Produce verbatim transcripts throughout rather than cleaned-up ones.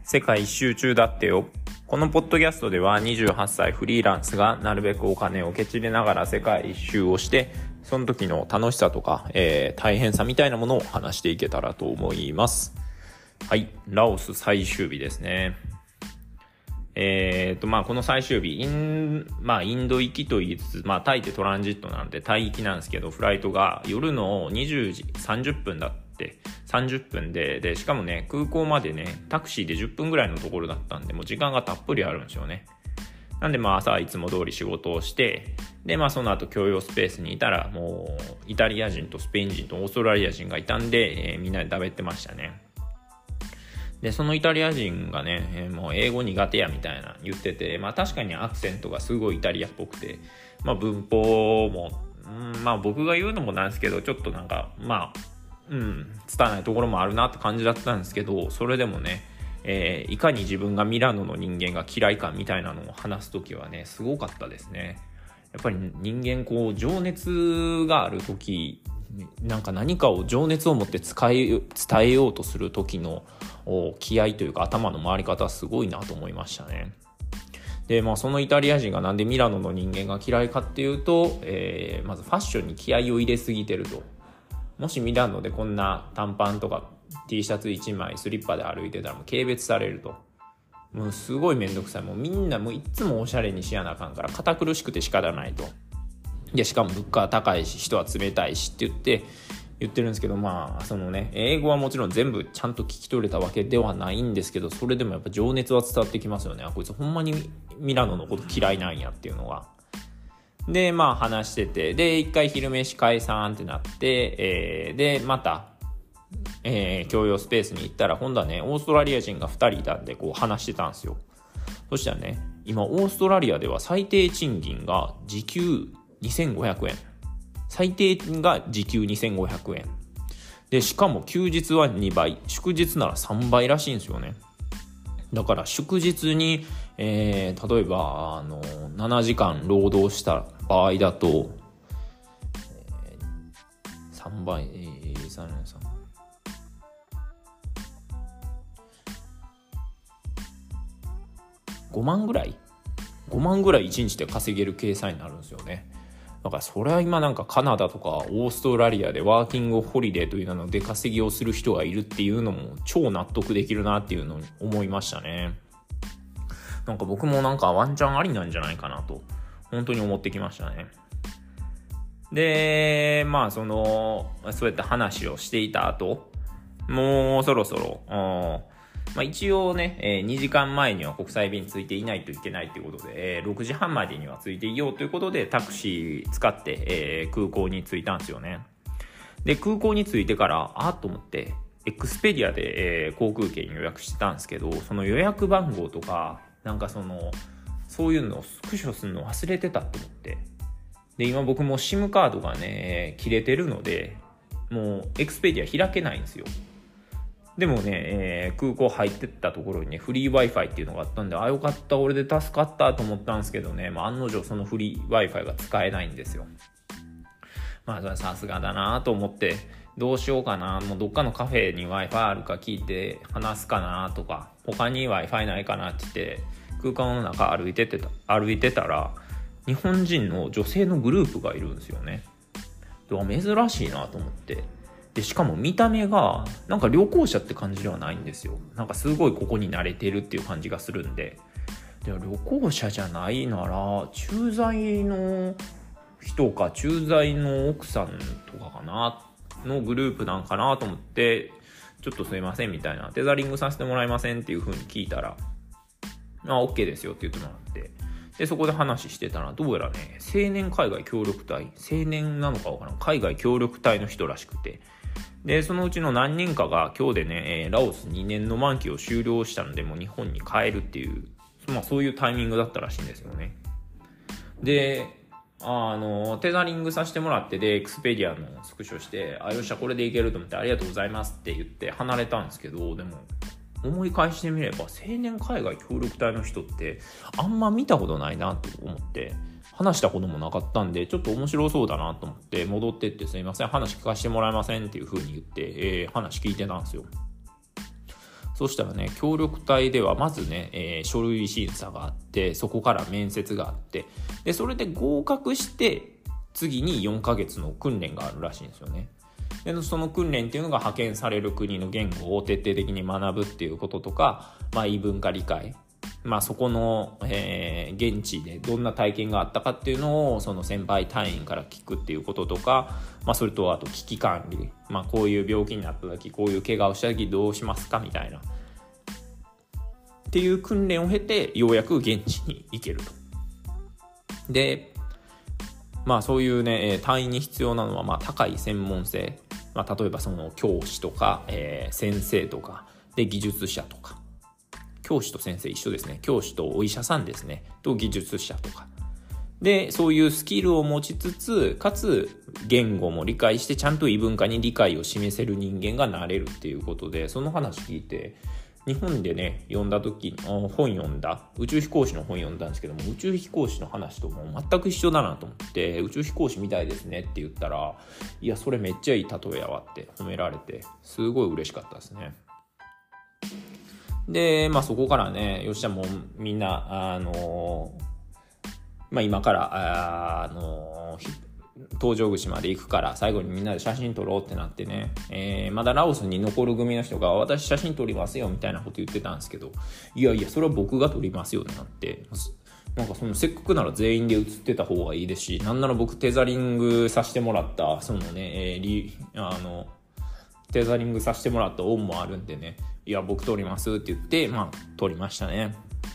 世界一周中だってよ。このポッドキャストではにじゅうはっさいフリーランスがなるべくお金をケチりながら世界一周をしてその時の楽しさとか、えー、大変さみたいなものを話していけたらと思います。はい、ラオス最終日ですね。えーとまあこの最終日イン,、まあ、インド行きと言いつつ、まあ、タイってトランジットなんでタイ行きなんですけど、フライトが夜のにじゅうじさんじゅっぷんだってさんじゅっぷんで、でしかもね空港までねタクシーでじゅっぷんぐらいのところだったんで、もう時間がたっぷりあるんですよね。なんでまあ朝いつも通り仕事をして、でまあその後共用スペースにいたら、もうイタリア人とスペイン人とオーストラリア人がいたんで、えー、みんなで食べてましたね。でそのイタリア人がね、えー、もう英語苦手やみたいな言ってて、まあ確かにアクセントがすごいイタリアっぽくて、まあ文法も、うん、まあ僕が言うのもなんですけど、ちょっとなんかまあうん伝わないところもあるなって感じだったんですけど、それでもね、えー、いかに自分がミラノの人間が嫌いかみたいなのを話すときはねすごかったですね。やっぱり人間こう情熱があるとき、なんか何かを情熱を持って使い伝えようとする時の気合というか頭の回り方はすごいなと思いましたね。でまあそのイタリア人がなんでミラノの人間が嫌いかっていうと、えー、まずファッションに気合を入れすぎてると。もしミラノでこんな短パンとか T シャツいちまいスリッパで歩いてたらもう軽蔑されると。もうすごいめんどくさい。もうみんなもういつもおしゃれにしやなあかんから堅苦しくて仕方ないと。でしかも物価は高いし人は冷たいしって言って言ってるんですけど、まあそのね英語はもちろん全部ちゃんと聞き取れたわけではないんですけど、それでもやっぱ情熱は伝わってきますよね。あこいつほんまにミラノのこと嫌いなんやっていうのが。でまあ話してて、で一回昼飯解散ってなって、えー、でまた、えー、共用スペースに行ったら今度はねオーストラリア人がふたりいたんでこう話してたんですよ。そしたらね今オーストラリアでは最低賃金が時給にせんごひゃくえん、最低が時給にせんごひゃくえんで、しかも休日はにばい、祝日ならさんばいらしいんですよね。だから祝日に、えー、例えばあのななじかん労働した場合だと、えー、さんばい、えー、さんさんごまんぐらいごまんぐらいいちにちで稼げる計算になるんですよね。だからそれは今なんかカナダとかオーストラリアでワーキングホリデーという名の出稼ぎをする人がいるっていうのも超納得できるなっていうのを思いましたね。なんか僕もなんかワンチャンありなんじゃないかなと本当に思ってきましたね。でまあそのそうやって話をしていた後、もうそろそろまあ、一応ね、えー、にじかんまえには国際便ついていないといけないということで、えー、ろくじはんまでにはついていようということでタクシー使って、えー、空港に着いたんですよね。で空港に着いてからあっと思ってエクスペディアで、えー、航空券予約してたんですけど、その予約番号とかなんかそのそういうのをスクショするの忘れてたと思って、で今僕も SIM カードがね切れてるのでもうエクスペディア開けないんですよ。でもね、えー、空港入ってったところにねフリー Wi-Fi っていうのがあったんで、あよかった俺で助かったと思ったんですけどね、まあ、案の定そのフリー Wi-Fi が使えないんですよ。まあさすがだなと思ってどうしようかな、もうどっかのカフェに Wi-Fi あるか聞いて話すかなとか、他に Wi-Fi ないかなって言って空間の中歩いててた歩いてたら日本人の女性のグループがいるんですよね。珍しいなと思って、でしかも見た目がなんか旅行者って感じではないんですよ。なんかすごいここに慣れてるっていう感じがするんで、で旅行者じゃないなら駐在の人か駐在の奥さんとかかなのグループなんかなと思って、ちょっとすいませんみたいな、テザリングさせてもらえませんっていう風に聞いたら、あ OK ですよって言ってもらって、でそこで話してたらどうやらね青年海外協力隊、青年なのかわからん海外協力隊の人らしくて、でそのうちの何人かが今日でね、えー、ラオスにねんの満期を終了したのでもう日本に帰るっていう、まあ、そういうタイミングだったらしいんですよね。であのテザリングさせてもらって、でエクスペディアのスクショして、あよっしゃこれでいけると思ってありがとうございますって言って離れたんですけど、でも思い返してみれば青年海外協力隊の人ってあんま見たことないなと思って、話したこともなかったんでちょっと面白そうだなと思って戻ってって、すいません話聞かせてもらえませんっていう風に言って、えー、話聞いてたんですよ。 そうしたらね、協力隊ではまずね、えー、書類審査があって、そこから面接があって、でそれで合格して次によんかげつの訓練があるらしいんですよね。でその訓練っていうのが派遣される国の言語を徹底的に学ぶっていうこととか、まあ、異文化理解、まあ、そこの、えー、現地でどんな体験があったかっていうのをその先輩隊員から聞くっていうこととか、まあ、それとあと危機管理、まあ、こういう病気になった時、こういう怪我をした時どうしますかみたいなっていう訓練を経てようやく現地に行けると。でまあそういうね隊員に必要なのはまあ高い専門性、まあ、例えばその教師とか、えー、先生とかで技術者とか、教師と先生一緒ですね、教師とお医者さんですねと技術者とかで、そういうスキルを持ちつつかつ言語も理解してちゃんと異文化に理解を示せる人間がなれるっていうことで、その話聞いて日本でね読んだ時本読んだ宇宙飛行士の本読んだんですけども、宇宙飛行士の話とも全く一緒だなと思って、宇宙飛行士みたいですねって言ったら、いやそれめっちゃいい例えやわって褒められてすごい嬉しかったですね。でまあそこからね、よっしゃもうみんなあのまあ今からあの搭乗口まで行くから最後にみんなで写真撮ろうってなってね、えー、まだラオスに残る組の人が私写真撮りますよみたいなこと言ってたんですけど、いやいやそれは僕が撮りますよってなって、なんかそのせっかくなら全員で写ってた方がいいですし、なんなら僕テザリングさせてもらったそのね、えー、リあのテザリングさせてもらった恩もあるんでね、いや僕撮りますって言ってまあ撮りましたね。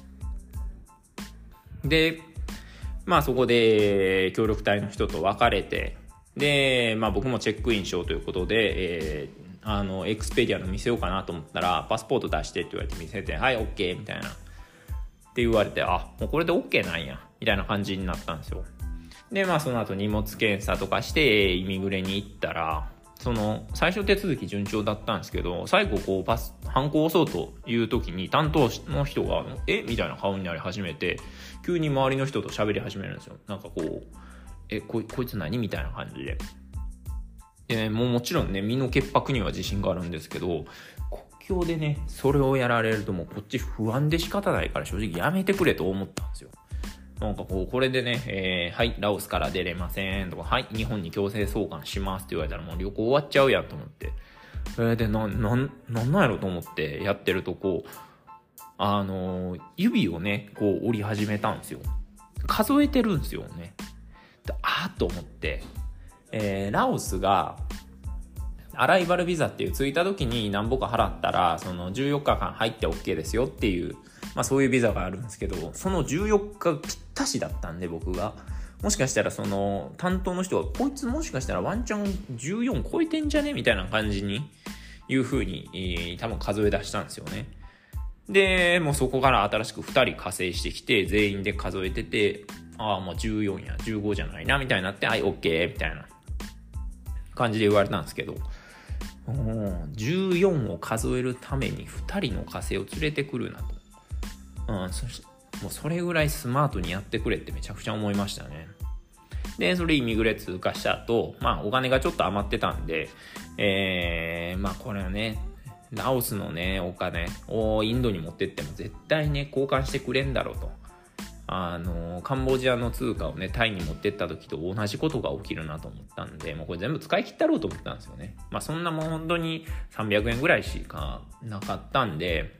でまあそこで協力隊の人と別れて、でまあ僕もチェックインしようということで、えー、あのエクスペディアの見せようかなと思ったら、パスポート出してって言われて見せて、はい OK みたいなって言われて、あもうこれで OK なんやみたいな感じになったんですよ。でまあその後荷物検査とかしてイミグレに行ったら、その最初手続き順調だったんですけど、最後こうパスハンコを押そうという時に担当の人がえみたいな顔になり始めて、急に周りの人と喋り始めるんですよ。なんかこうえ こ, こいつ何みたいな感じで、で、ね、もうもちろんね身の潔白には自信があるんですけど、国境でねそれをやられるともうこっち不安で仕方ないから、正直やめてくれと思ったんですよ。なんかこうこれでね、えー、はいラオスから出れませんとか、はい日本に強制送還しますって言われたらもう旅行終わっちゃうやんと思って、えー、でなななんなんやろと思ってやってると、こうあのー、指をねこう折り始めたんですよ。数えてるんですよね。であーと思って、えー、ラオスがアライバルビザっていう着いた時に何ぼか払ったらそのじゅうよっかかん入って OK ですよっていう、まあそういうビザがあるんですけど、そのじゅうよっかぴったしだったんで、僕がもしかしたらその担当の人がこいつもしかしたらワンチャンじゅうよん超えてんじゃねみたいな感じにいう風に、えー、多分数え出したんですよね。でもうそこから新しくふたり加勢してきて全員で数えてて、ああもうじゅうよんやじゅうごじゃないなみたいになって、はい OK みたいな感じで言われたんですけど、じゅうよんを数えるためにふたりの加勢を連れてくるなと、うん、そしもうそれぐらいスマートにやってくれってめちゃくちゃ思いましたね。でそれイミグレ通過した後、まあお金がちょっと余ってたんで、えー、まあこれはねラオスのねお金をインドに持ってっても絶対ね交換してくれんだろうと、あのカンボジアの通貨をねタイに持ってった時と同じことが起きるなと思ったんで、もうこれ全部使い切ったろうと思ったんですよね。まあそんなもん本当にさんびゃくえんぐらいしかなかったんで、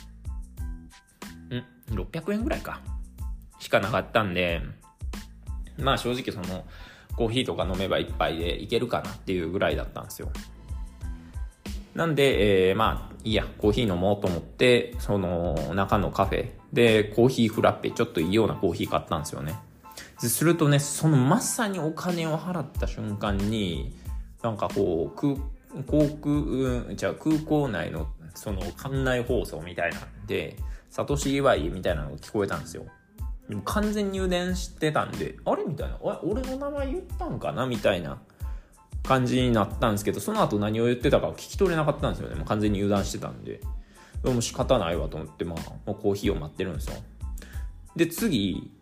んろっぴゃくえんぐらいかしかなかったんで、まあ正直そのコーヒーとか飲めば一杯でいけるかなっていうぐらいだったんですよ。なんで、えー、まあいいやコーヒー飲もうと思って、その中のカフェでコーヒーフラッペちょっといいようなコーヒー買ったんですよね。するとねそのまさにお金を払った瞬間になんかこう空航空、うん、じゃあ空港内のその館内放送みたいなんでサトシ祝いみたいなのが聞こえたんですよ。でも完全に入電してたんで、あれみたいな、俺の名前言ったんかなみたいな感じになったんですけど、その後何を言ってたか聞き取れなかったんですよね。もう完全に油断してたんで、でも仕方ないわと思って、まあもうコーヒーを待ってるんですよ。で次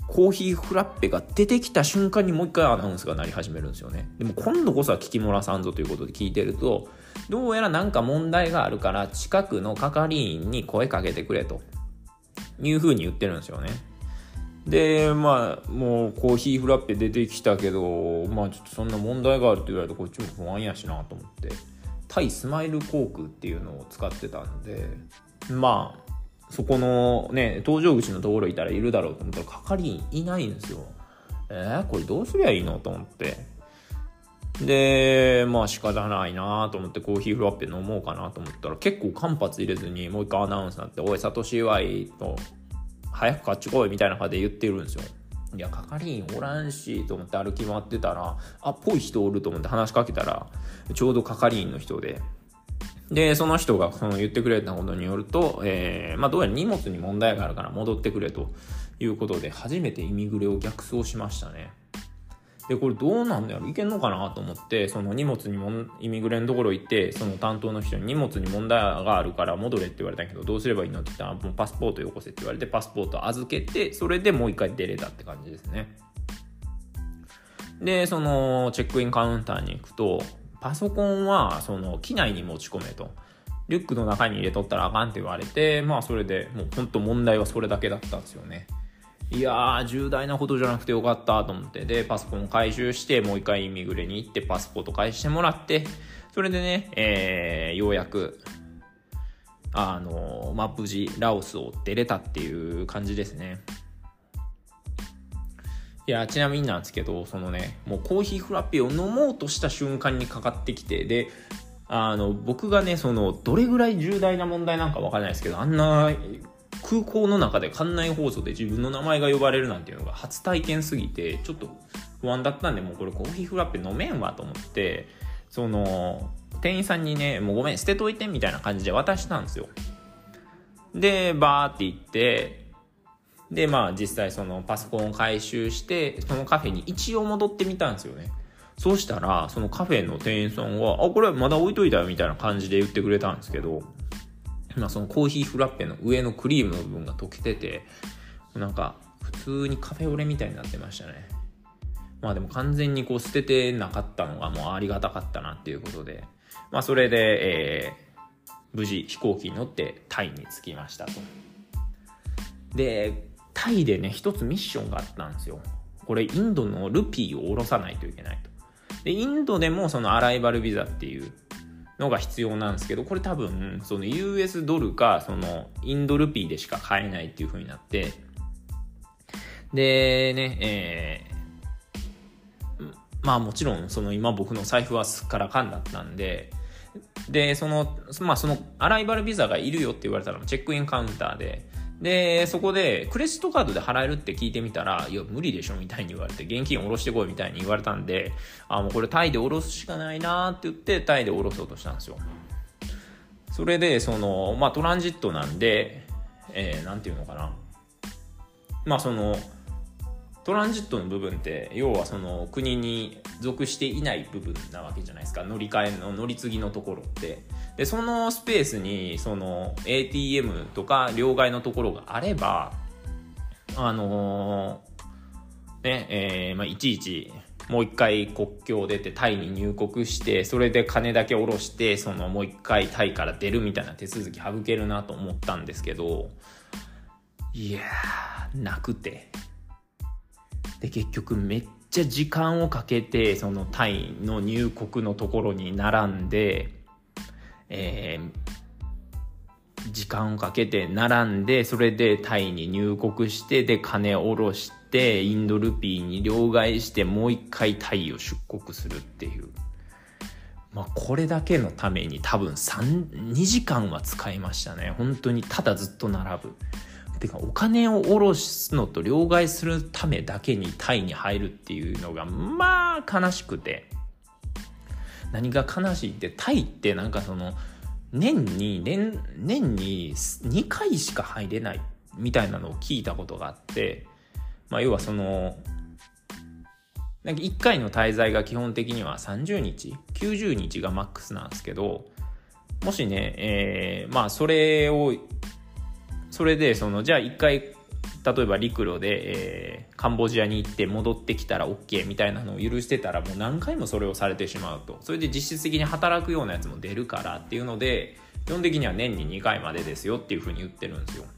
コーヒーフラッペが出てきた瞬間にもう一回アナウンスが鳴り始めるんですよね。でも今度こそは聞き漏らさんぞということで聞いてると、どうやらなんか問題があるから近くの係員に声かけてくれという風に言ってるんですよね。でまあもうコーヒーフラッペ出てきたけど、まあちょっとそんな問題があると言われるとこっちも不安やしなと思って、タイスマイル航空っていうのを使ってたんで、まあそこのね搭乗口のところいたらいるだろうと思ったら係員いないんですよ。えー、これどうすりゃいいのと思って、でまあ仕方ないなと思ってコーヒーフラッペ飲もうかなと思ったら、結構間髪入れずにもう一回アナウンスになって、おいサトシ祝いと早く買っちこいみたいな感じで言ってるんですよ。いや係員おらんしと思って歩き回ってたら、あっぽい人おると思って話しかけたらちょうど係員の人で、でその人がその言ってくれたことによると、えー、まあどうやら荷物に問題があるから戻ってくれということで、初めてイミグレを逆走しましたね。でこれどうなんだろう、いけんのかなと思って、その荷物にもイミグレのところ行って、その担当の人に荷物に問題があるから戻れって言われたんやけど、どうすればいいのって言ったら、もうパスポートよこせって言われてパスポート預けて、それでもう一回出れたって感じですね。でそのチェックインカウンターに行くと、パソコンはその機内に持ち込めと、リュックの中に入れとったらあかんって言われて、まあそれでもう本当問題はそれだけだったんですよね。いやー重大なことじゃなくてよかったと思って、でパソコン回収してもう一回イミグレに行ってパスポート返してもらって、それでね、えー、ようやくあのー、まあ無事ラオスを出れたっていう感じですね。いやちなみになんですけど、そのねもうコーヒーフラッペを飲もうとした瞬間にかかってきて、であの僕がねそのどれぐらい重大な問題なんかわからないですけど、あんな空港の中で館内放送で自分の名前が呼ばれるなんていうのが初体験すぎてちょっと不安だったんで、もうこれコーヒーフラッペ飲めんわと思って、その店員さんにねもうごめん捨てといてみたいな感じで渡したんですよ。でバーって行って、でまあ実際そのパソコンを回収してそのカフェに一応戻ってみたんですよね。そうしたらそのカフェの店員さんはあこれまだ置いといたよみたいな感じで言ってくれたんですけど、まあ、そのコーヒーフラッペの上のクリームの部分が溶けてて、なんか普通にカフェオレみたいになってましたね。まあでも完全にこう捨ててなかったのがもうありがたかったなっていうことで、まあそれで、えー、無事飛行機に乗ってタイに着きましたと。でタイでね一つミッションがあったんですよ。これインドのルピーを下ろさないといけないと。でインドでもそのアライバルビザっていうのが必要なんですけど、これ多分その ユーエス ドルかそのインドルピーでしか買えないっていう風になって、でねえー、まあもちろんその今僕の財布はすっからかんだったんで、でそのまあそのアライバルビザがいるよって言われたらチェックインカウンターで、でそこでクレジットカードで払えるって聞いてみたら、いや無理でしょみたいに言われて、現金下ろしてこいみたいに言われたんで、あもうこれタイで下ろすしかないなって言ってタイで下ろそうとしたんですよ。それでそのまあトランジットなんで、えー、なんていうのかな、まあそのトランジットの部分って要はその国に属していない部分なわけじゃないですか、乗り換えの乗り継ぎのところって。でそのスペースにその エーティーエム とか両替のところがあれば、あのー、ねえー、まあいちいちもう一回国境を出てタイに入国して、それで金だけ下ろしてそのもう一回タイから出るみたいな手続き省けるなと思ったんですけど、いやーなくて、で結局めっちゃ時間をかけてそのタイの入国のところに並んで、えー、時間をかけて並んで、それでタイに入国して、で金を下ろしてインドルピーに両替してもう一回タイを出国するっていう、まあこれだけのために多分にじかんは使いましたね。本当にただずっと並ぶ。てかお金を下ろすのと両替するためだけにタイに入るっていうのがまあ悲しくて、何が悲しいってタイってなんかその年に 年, 年ににかいしか入れないみたいなのを聞いたことがあって、まあ要はそのなんかいっかいの滞在が基本的にはさんじゅうにちきゅうじゅうにちがマックスなんですけど、もしね、えー、まあそれをそれでそのじゃあいっかい例えば陸路で、えー、カンボジアに行って戻ってきたら OK みたいなのを許してたら、もう何回もそれをされてしまうと、それで実質的に働くようなやつも出るからっていうので、基本的には年ににかいまでですよっていうふうに言ってるんですよ。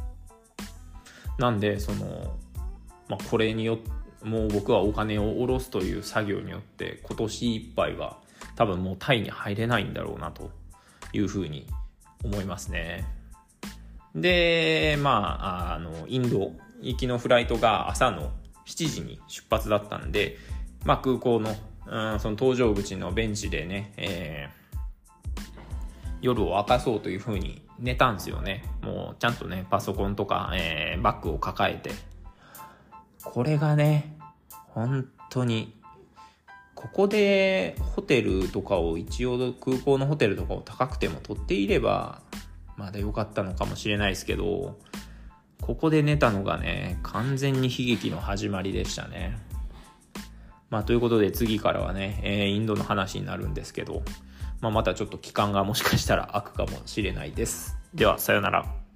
なんでその、まあ、これによってもう僕はお金を下ろすという作業によって今年いっぱいは多分もうタイに入れないんだろうなというふうに思いますね。でまああのインド行きのフライトが朝のしちじに出発だったんで、まあ、空港の、うん、その搭乗口のベンチでね、えー、夜を明かそうというふうに寝たんですよね。もうちゃんとねパソコンとか、えー、バッグを抱えて、これがね本当にここでホテルとかを一応空港のホテルとかを高くても取っていればまだ良かったのかもしれないですけど、ここで寝たのがね完全に悲劇の始まりでしたね。まあということで次からはね、えー、インドの話になるんですけど、まあ、またちょっと期間がもしかしたら空くかもしれないです。ではさよなら。